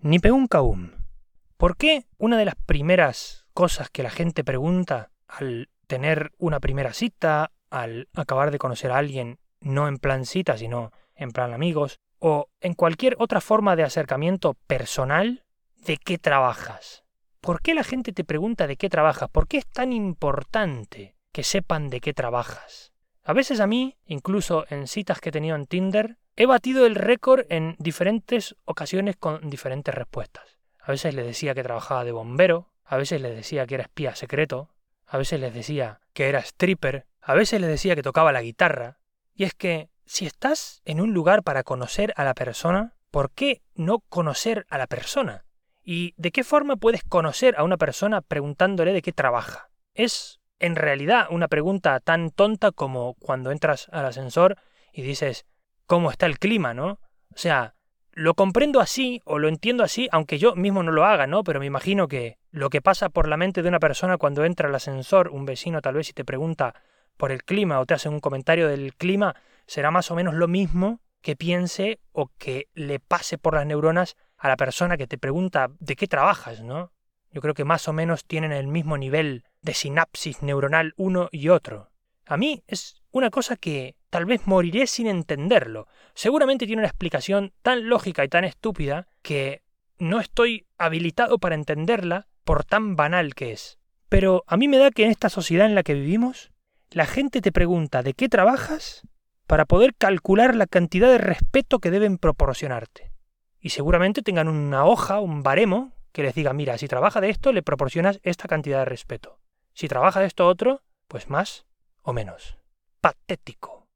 Ni peún caún. ¿Por qué una de las primeras cosas que la gente pregunta al tener una primera cita, al acabar de conocer a alguien, no en plan cita, sino en plan amigos, o en cualquier otra forma de acercamiento personal, ¿de qué trabajas? ¿Por qué la gente te pregunta de qué trabajas? ¿Por qué es tan importante que sepan de qué trabajas? A veces a mí, incluso en citas que he tenido en Tinder, he batido el récord en diferentes ocasiones con diferentes respuestas. A veces les decía que trabajaba de bombero, a veces les decía que era espía secreto, a veces les decía que era stripper, a veces les decía que tocaba la guitarra. Y es que si estás en un lugar para conocer a la persona, ¿por qué no conocer a la persona? ¿Y de qué forma puedes conocer a una persona preguntándole de qué trabaja? Es en realidad una pregunta tan tonta como cuando entras al ascensor y dices ¿cómo está el clima, no? O sea, lo comprendo así o lo entiendo así, aunque yo mismo no lo haga, ¿no? Pero me imagino que lo que pasa por la mente de una persona cuando entra al ascensor, un vecino tal vez y te pregunta por el clima o te hace un comentario del clima, será más o menos lo mismo que piense o que le pase por las neuronas a la persona que te pregunta de qué trabajas, ¿no? Yo creo que más o menos tienen el mismo nivel de sinapsis neuronal uno y otro. A mí es una cosa que tal vez moriré sin entenderlo. Seguramente tiene una explicación tan lógica y tan estúpida que no estoy habilitado para entenderla por tan banal que es. Pero a mí me da que en esta sociedad en la que vivimos, la gente te pregunta de qué trabajas para poder calcular la cantidad de respeto que deben proporcionarte. Y seguramente tengan una hoja, un baremo, que les diga, mira, si trabaja de esto, le proporcionas esta cantidad de respeto. Si trabaja de esto otro, pues más o menos. Patético.